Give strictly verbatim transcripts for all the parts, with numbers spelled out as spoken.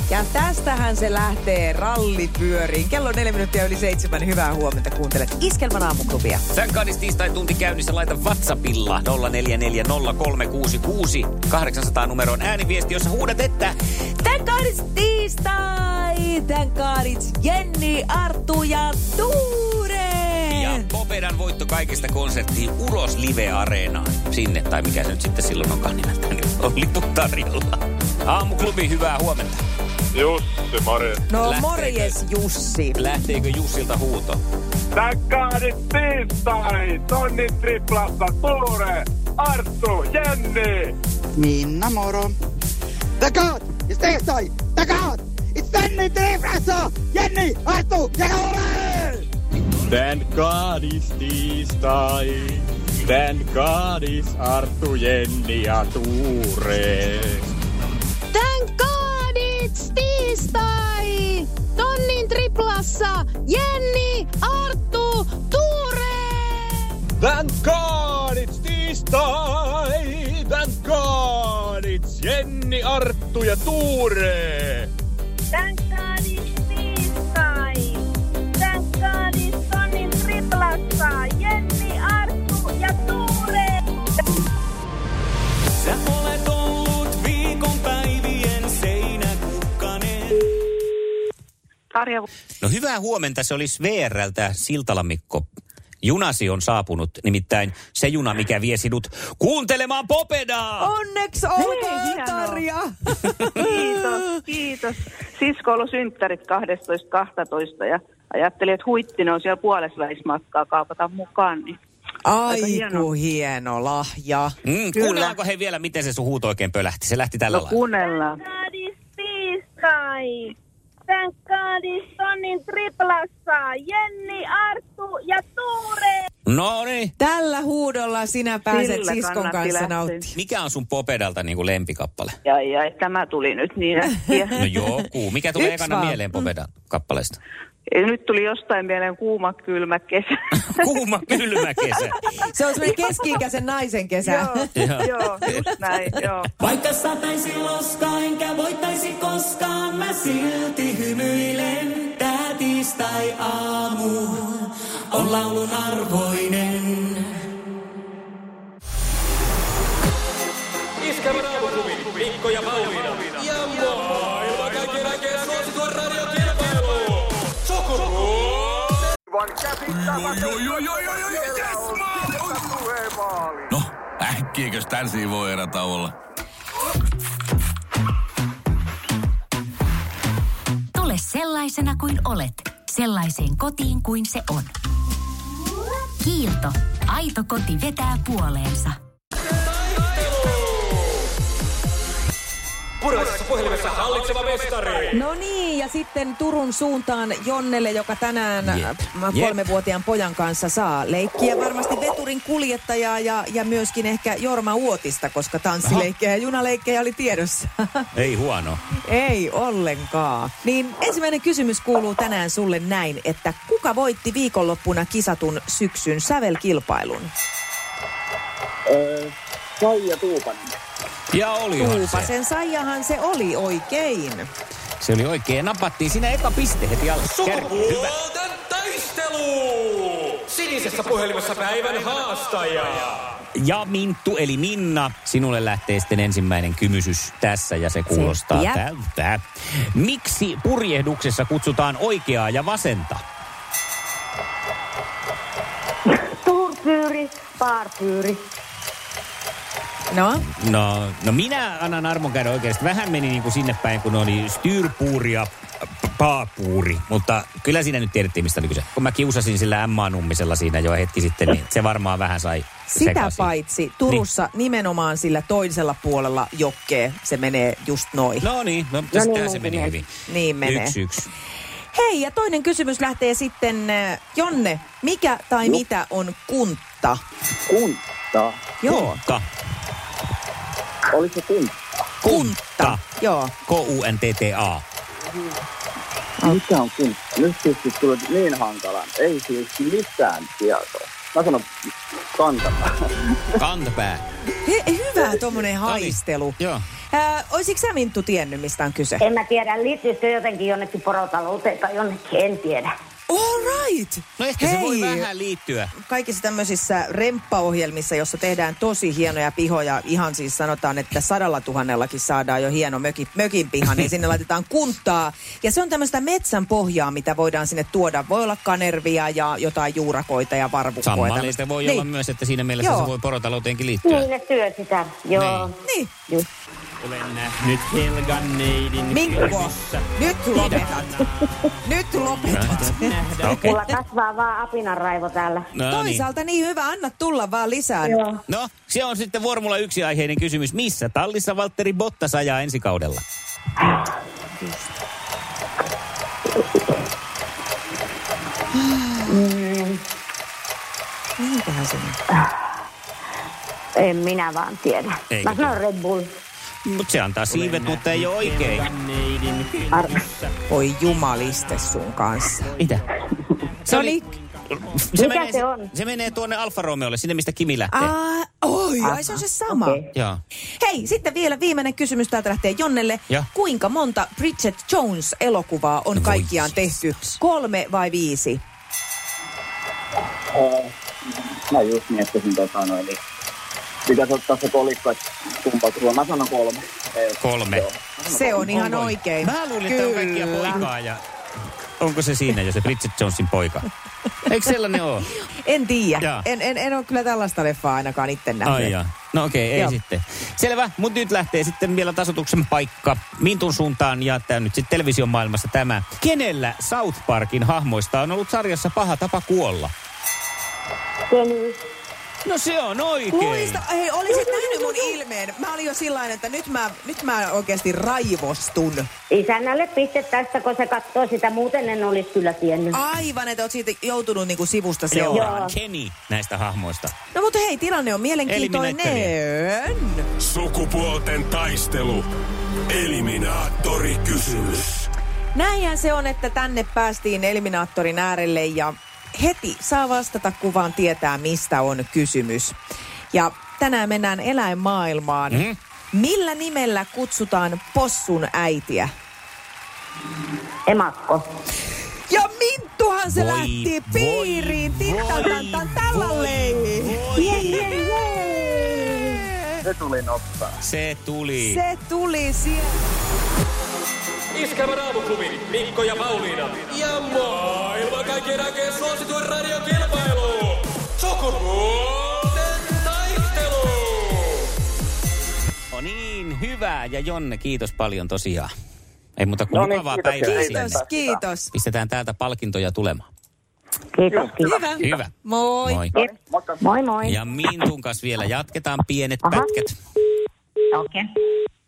Ja tästähän se lähtee rallipyöriin. Kello on neljä minuuttia yli seitsemän. Hyvää huomenta, kuuntelet Iskelmän aamuklubia. Tän kaadis tiistai tunti käynnissä. Laita WhatsAppilla nolla neljä neljä nolla kolme kuusi kuusi kahdeksansataa numeroon ääniviesti, jossa huudat, että Tän kaadis tiistai! Tän kaadis Jenni, Arttu ja Tuure! Ja Popedan voitto kaikesta konserttiin Uros Live-areenaan. Sinne, tai mikä se nyt sitten silloin onkaan nimeltä, niin oli tarjolla. Aamuklubi, hyvää huomenta. Jussi, morjes. No Lähteekö- morjes Jussi. Lähteekö Jussilta huuto? Täkkaadit tiistai, tonnin triplasta, Tuure, Arttu, Jenni. Minna, moro. Takat! It's tiistai! Takat! It's Jenni Triplassa! Jenni, Arttu ja Tuure! Tän kaadis tiistai, tän kaadis Arttu, Jenni ja Tuure. Tän kaadits tiistai! Tonnin triplassa! Jenni, Arttu, Tuure! Tän kaadits tiistai, tän kaadits Jenni, Arttu ja Tuure. Tän kaadis tiistai. Tän kaadis tonnin triplassa. Jenni, Arttu ja Tuure. Sä olet ollut viikonpäivien seinäkukkanen. Tarja. No hyvää huomenta, se olisi V R:ltä Siltala Mikko. Junasi on saapunut, nimittäin se juna, mikä vie sinut kuuntelemaan Popedaa. Onneksi Hei, olkoon, hienoa. Tarja! Kiitos, kiitos. Sisko on ollut synttärit kahdestoista kaksitoista ja ajattelin, että Huittinen on siellä puolessa välissä matkaa kaupata mukaan. Niin aika Aiku hieno lahja. Mm, kuunnellaanko he vielä, miten se sun huuto oikein pölähti? Se lähti tällä No lailla. kuunnellaan. Tän kaadis tiistai. Tän kaadis tonnin triplassa. Jenni, Arttu ja Tuure. No niin. Tällä huudolla sinä pääset Sillä siskon kannatti kanssa lähteä. nauttimaan. Mikä on sun Popedalta niin kuin lempikappale? Jai, jai, tämä tuli nyt niin äkkiä. No joku. Mikä tulee Yksi ekana vaan. mieleen Popedan kappaleesta? Ja nyt tuli jostain mieleen kuuma, kylmä kesä. Kuuma, kylmä kesä. Se on semmoinen keski-ikäisen naisen kesä. joo, joo, just näin, joo. Vaikka sataisi loskaa, enkä voittaisi koskaan, mä silti hymyilen. Tää tiistai aamu on laulun arvoinen. Iskelmän aamuklubi, Mikko ja Pauliina. Ja maailman kaikkien aikeen suosituen radiokilpailu. No, äkkiäkös tän voi erätä olla? Tule sellaisena kuin olet, sellaiseen kotiin kuin se on. Kiilto. Aito koti vetää puoleensa. Puraisessa puhelimessa hallitseva mestari. No niin, ja sitten Turun suuntaan Jonnelle, joka tänään Jep. äh, kolmevuotiaan pojan kanssa saa leikkiä. Varmasti veturin kuljettajaa ja, ja myöskin ehkä Jorma Uotista, koska tanssileikkejä ja junaleikkejä oli tiedossa. Ei huono. Ei ollenkaan. Niin ensimmäinen kysymys kuuluu tänään sulle näin, että kuka voitti viikonloppuna kisatun syksyn sävelkilpailun? Öö, Saija Tuupanen. Ja olihan se. Tuupasen Saijahan se oli oikein. Se oli oikein. Napattiin siinä eka piste heti alussa. Kärki, hyvä. Sukupuolten taistelu. Sinisessä puhelimessa päivän haastaja. Ja Minttu eli Minna, sinulle lähtee sitten ensimmäinen kymysys tässä ja se kuulostaa Seppiä. tältä. Miksi purjehduksessa kutsutaan oikeaa ja vasenta? Suurpyyri, paarpyyri. No? No, no minä annan armon käydä oikeasti. Vähän meni niin kuin sinne päin, kun oli styrpuuri ja p- paapuuri. Mutta kyllä siinä nyt tiedettiin, mistä oli kyse. Kun mä kiusasin sillä M-nummisella siinä jo hetki sitten, niin se varmaan vähän sai Sitä sekaisin. paitsi Turussa niin. nimenomaan sillä toisella puolella jokkee se menee just noin. No niin, no, No tästä niin, se meni menee. hyvin. Niin menee. Yksi, yksi. Hei, ja toinen kysymys lähtee sitten, äh, Jonne, mikä tai No. mitä on kuntta? Kunta. Joo, Kunta. Oliko se kunta? kuntta. Joo. K U N T T A. Mikä on kunta? Nyt siis tuli niin hankalan. Ei siis mitään tietoa. Mä sanon kantapää. Kantapää. He, hyvä tommonen haistelu. Joo. Ää, oisitko sä, Minttu, tiennyt, mistä on kyse? En mä tiedä, liittyisikö jotenkin jonnekin porotalouteen tai jonnekin, en tiedä. All right. No ehkä Hei. se voi vähän liittyä. Kaikissa tämmöisissä remppaohjelmissa, jossa tehdään tosi hienoja pihoja, ihan siis sanotaan, että sadalla tuhannellakin saadaan jo hieno möki, mökin piha, niin sinne laitetaan kunttaa. Ja se on tämmöistä metsän pohjaa, mitä voidaan sinne tuoda. Voi olla kanervia ja jotain juurakoita ja varvukkoja. Sammaleista voi niin. olla myös, että siinä mielessä Joo. se voi porotalouteenkin liittyä. Niin, ne syö sitä, joo. Niin. Niin. Just. Olen nähnyt Helgan neidin Mikko, nyt lopetat. Nyt lopetat. Okei. Mulla kasvaa vaan apinanraivo täällä. No Toisaalta niin hyvä, anna tulla vaan lisää. Joo. No, se on sitten Formula yksi-aiheinen kysymys. Missä tallissa Valtteri Bottas ajaa ensi kaudella? Mm. Mihinkähän se nyt? En minä vaan tiedä. Eikö Mä sanon Red Bull. Mutta se antaa siivet, mutta ei ole oikein. Oi jumaliste sun kanssa. Mitä? Se, oli, se, Mikä menee, se on? se menee tuonne Alfa Romeolle, sinne mistä Kimi lähtee. Ah, oi, ai se on se sama. Okay. Joo. Hei, sitten vielä viimeinen kysymys täältä lähtee Jonnelle. Ja. Kuinka monta Bridget Jones-elokuvaa on Voi kaikkiaan tehty? Kolme vai viisi? Öö, mä just miettisin tota noin, niin pitäisi ottaa se kolikko, että kumpaa tulla. Mä sanon kolme. Ei, Kolme. joo. Se on ihan oikein. Mä luulin, että on kaikkia poikaa ja... Onko se siinä jo se Bridget Jonesin poika? Eikö sellainen ole? En tiedä. Jaa. En, en, en ole kyllä tällaista leffaa ainakaan itse nähnyt. Ai jaa. No okei, okay, ei Joo. sitten. Selvä, mutta nyt lähtee sitten vielä tasoituksen paikka Mintun suuntaan ja tämä nyt sitten television maailmassa tämä. Kenellä South Parkin hahmoista on ollut sarjassa paha tapa kuolla? Kenny. No se on oikein. Muista, hei, olisit nähnyt mun ilmeen. Mä olin jo sillain, että nyt mä, nyt mä oikeasti raivostun. Isännälle piste tästä, kun se katsoo sitä, muuten en olisi kyllä tiennyt. Aivan, että oot siitä joutunut niinku sivusta seuraamaan. Joo. Kenny näistä hahmoista. No mutta hei, tilanne on mielenkiintoinen. Sukupuolten taistelu. Eliminaattori kysymys. Näinhän se on, että tänne päästiin eliminaattorin äärelle ja heti saa vastata, kun vaan tietää, mistä on kysymys. Ja tänään mennään eläinmaailmaan. Mm. Millä nimellä kutsutaan possun äitiä? Emakko. Ja Minttuhan se Voi, lähti voi, piiriin. Tittantantan tällalle. Se tuli nopsaa. Se tuli. Se tuli sieltä. Iskävä Raamuklubi, Mikko ja Pauliina. Ja maailman kaikkien aikeen suosituen radiokilpailu. Sukupuolten taistelu. No niin, hyvä. Ja Jonne, kiitos paljon tosiaan. Ei muuta kuin No niin, mukavaa kiitoksia. päivää Kiitos, sinne. kiitos. Pistetään täältä palkintoja tulemaan. Kiitos, kiitos. Hyvä. Hyvä. Moi. Moi. Moikka. Moi moi. Ja Mintun kanssa vielä jatketaan pienet Aha. pätkät. Okei. Okay.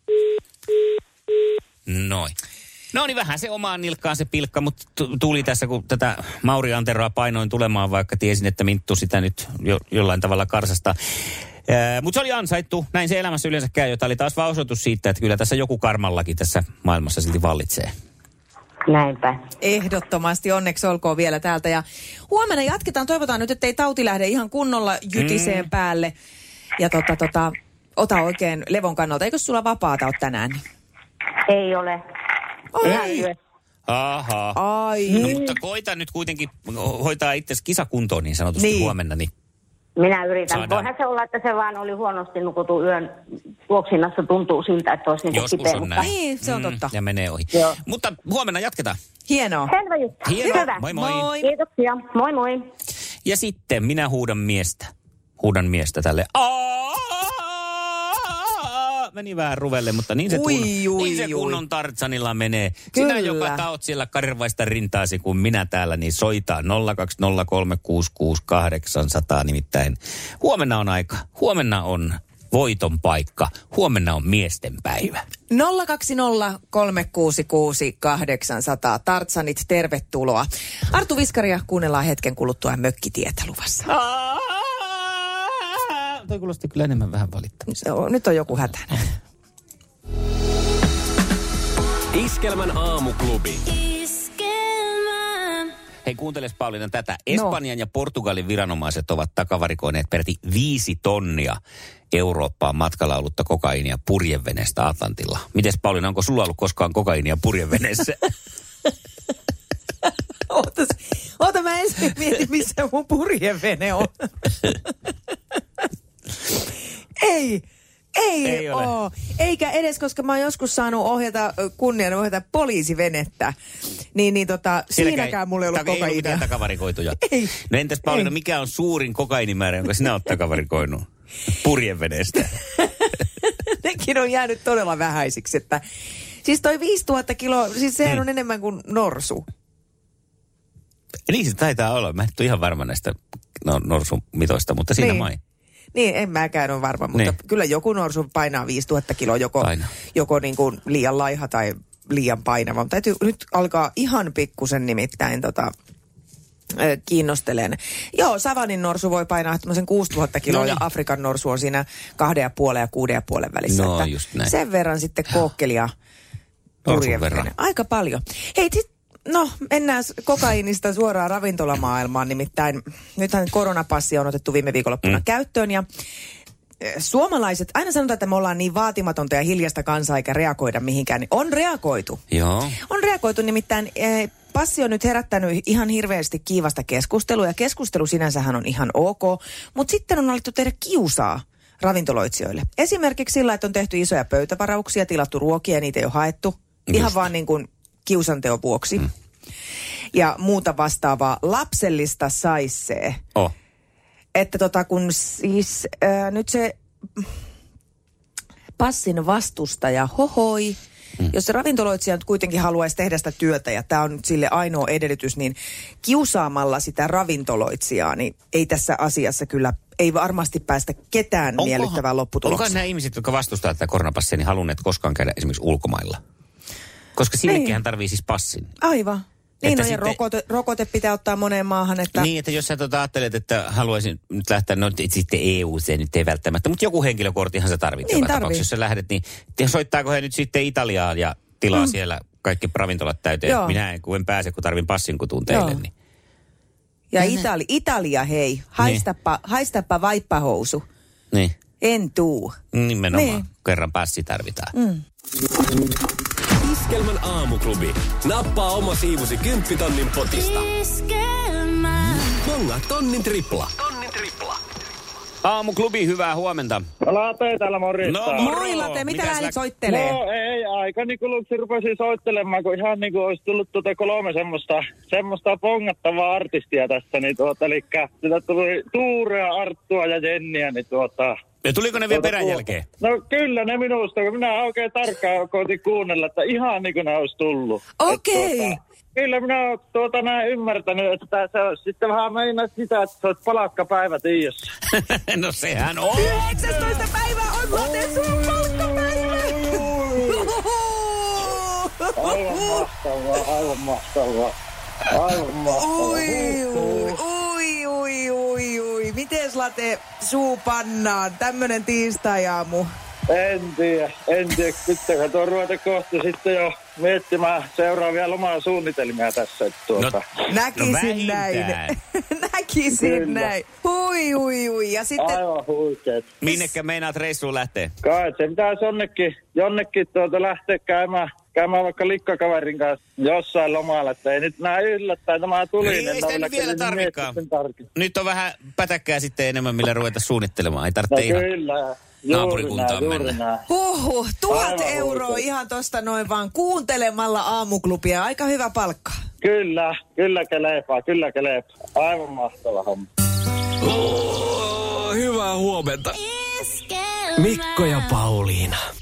Noin. No niin, vähän se omaan nilkkaan se pilkka, mutta t- tuli tässä, kun tätä Mauri Anteroa painoin tulemaan, vaikka tiesin, että Minttu sitä nyt jo, jollain tavalla karsasta. Mutta se oli ansaittu. Näin se elämässä yleensä käy, jota oli taas vaan osoitus siitä, että kyllä tässä joku karmallakin tässä maailmassa silti vallitsee. Näinpä. Ehdottomasti, onneksi olkoon vielä täältä. Ja huomenna jatketaan, toivotaan nyt, ettei tauti lähde ihan kunnolla jytiseen mm. päälle. Ja tota, tota, ota oikein levon kannalta. Eikö sulla vapaata ole tänään? Ei ole. Ai. Aha. Ai. No, mutta koita nyt kuitenkin hoitaa itsesi kisakuntoon niin sanotusti Niin. huomenna. Niin. Minä yritän. Saadaan. Voihan se olla, että se vaan oli huonosti nukutun yön tuoksinnassa. Tuntuu siltä, että olisi niin Joskus kipeä. on mutta- näin. Niin, se on totta. Ja menee ohi. Joo. Mutta huomenna jatketaan. Hienoa. Selvä juttu. Hienoa. Hyvä. Moi moi. Moi. Kiitoksia. Moi moi. Ja sitten minä huudan miestä. Huudan miestä tälle. Aa! Meni vähän ruvelle, mutta niin se, Ui, kun, ui, niin se ui. kunnon Tartsanilla menee. Kyllä. Sinä, joka taot siellä karirvaista rintaasi kuin minä täällä, niin soitaa nolla kaksi nolla kolme kuusi kuusi kahdeksan nolla nolla. Nimittäin huomenna on aika. Huomenna on voiton paikka. Huomenna on miesten päivä. nolla kaksi nolla kolme kuusi kuusi kahdeksan nolla nolla. Tartsanit, tervetuloa. Arttu Viskaria kuunnellaan hetken kuluttua Mökkitietä luvassa. Toi kuulosti kyllä enemmän vähän valittamista. Joo, nyt on joku hätäinen. Iskelmän aamuklubi. Hei, kuunteles Pauliina tätä. Espanjan no. ja Portugalin viranomaiset ovat takavarikoineet peräti viisi tonnia Eurooppaan matkalaulutta kokaiinia purjeveneestä Atlantilla. Mites Pauliina, onko sulla ollut koskaan kokaiinia purjeveneessä? Ootas, oota mä ensin mietin, missä mun purjevene on. Ei. Ei, Ei ole. oo. Eikä edes, koska mä oon joskus saanut ohjata, kunnian ohjata poliisivenettä. Niin, niin tota, siinäkään mulla ei ollut kokaiinia. Ei ollut mitään takavarikoituja. Ei. No entäs Pauliina, mikä on suurin kokainimäärä, jonka sinä oot takavarikoinut purjeveneestä? Nekin on jäänyt todella vähäisiksi, että siis toi viisituhatta kiloa, siis sehän hmm. on enemmän kuin norsu. Niin se taitaa olla. Mä en ole ihan varma näistä no, norsun mitoista, mutta siinä niin. mai. Niin, en mäkään ole varma, mutta niin. Kyllä joku norsu painaa viisituhatta kiloa, joko, joko niin kuin liian laiha tai liian painava. Mutta täytyy nyt alkaa ihan pikkusen nimittäin tota, äh, kiinnostelen. Joo, savanin norsu voi painaa tämmöisen kuusituhatta kiloa, no niin. Ja Afrikan norsu on siinä kahden ja puolen ja kuuden ja puolen välissä. No, että just näin. Sen verran sitten kookkelia purjevene. Aika paljon. Hei, sit, no mennään kokaiinista suoraan ravintolamaailmaan, nimittäin nythän koronapassi on otettu viime viikonloppuna mm. käyttöön ja suomalaiset, aina sanotaan, että me ollaan niin vaatimatonta ja hiljasta kansaa eikä reagoida mihinkään, niin on reagoitu. Joo. On reagoitu, nimittäin eh, passi on nyt herättänyt ihan hirveästi kiivasta keskustelua ja keskustelu sinänsähän on ihan ok, mutta sitten on alettu tehdä kiusaa ravintoloitsijoille. Esimerkiksi sillä, että on tehty isoja pöytävarauksia, tilattu ruokia ja niitä ei ole haettu. Just. Ihan vaan niin kuin kiusanteon vuoksi. Mm. Ja muuta vastaavaa lapsellista saissee. Oh. Että tota kun siis äh, nyt se passin vastustaja hohoi, mm. jos se ravintoloitsija nyt kuitenkin haluaisi tehdä sitä työtä ja tämä on nyt sille ainoa edellytys, niin kiusaamalla sitä ravintoloitsijaa, niin ei tässä asiassa kyllä, ei varmasti päästä ketään Onkohan, miellyttävään lopputulokseen. Onko nämä ihmiset, jotka vastustavat tätä koronapassia, niin halunneet koskaan käydä esimerkiksi ulkomailla? Koska sinnekin tarvii siis passin. Aivan. Niin, no sitten, ja rokote, rokote pitää ottaa moneen maahan. Että niin, että jos sä tota ajattelet, että haluaisin nyt lähteä, no sitten E U, se nyt ei välttämättä, mutta joku henkilökorttihan sä tarvitset. Niin, joka tarvii. tapauksessa, jos sä lähdet, niin soittaako he nyt sitten Italiaan ja tilaa mm. siellä kaikki ravintolat täyteen. Joo. Minä kun en pääse, kun tarvin passin kutun teille. Niin. Ja Itali, Italia, hei, haistapa, niin. haistapa vaippahousu. Niin. En tuu. Nimenomaan, niin. Kerran passi tarvitaan. Mm. Iskelmän aamuklubi. Nappaa oma siivusi kymppitonnin potista. Iskelmä. Bonga tonnin tripla. Tonnin tripla. Aamuklubi, hyvää huomenta. Late täällä morjesta. No moro. Moi Late, mitä lähdit soittelee? No ei, aika niin kuin Luksi rupesin soittelemaan, kun ihan niin kuin olisi tullut tuota kolme semmoista, semmoista pongattavaa artistia tässä. Niin tuota, eli sitä tuli Tuurea, Arttua ja Jenniä, niin tuota... Ja tuliko ne vielä tuota, perän jälkeen? No kyllä ne minusta, kun minä oikein tarkkaan koitin kuunnella, että ihan niin kuin ne olisi tullut. Okei. Okay. Tuota, kyllä minä olen tuota näin ymmärtänyt, että se on sitten vähän meinaa sitä, että se olisi palakkapäivä Tiiossa. No sehän on. yhdeksästoista päivä on Late sun palkkapäivä. Aivan mahtavaa, aivan mahtavaa. Aivan mahtavaa. Ui, ui, ui, ui, ui, ui. Mites Late suu pannaan? Tämmönen tiistai-aamu. En tiedä, en tiedä. Pitääkö tuon ruveta kohta sitten jo miettimään seuraavia lomaa suunnitelmia tässä. Tuota. No, näkisin no näin. Näkisin Kyllä. näin. Hui, hui, hui. Ja sitten... Aivan huikeet. Minnekä meinaat reissuun lähteä? Kai se pitäisi jonnekin, jonnekin tuota lähteä käymään. Käymään vaikka likkakaverin kanssa jossain lomalla, että ei nyt näin yllättäen tämä tuli. Ei, ei sitä nyt vielä tarvikaan. Nyt on vähän pätäkkää sitten enemmän, millä ruveta suunnittelemaan. Ei tarvitse no, ihan kyllä. naapurikuntaan juuri mennä. Näin. Huhhuh, tuhat Aivan euroa huikeet. Ihan tosta noin vaan kuuntelemalla aamuklubia. Aika hyvä palkka. Kyllä, kyllä kelepaa, kyllä kelepaa. Aivan mahtava homma. Oh, hyvää huomenta. Mikko ja Pauliina.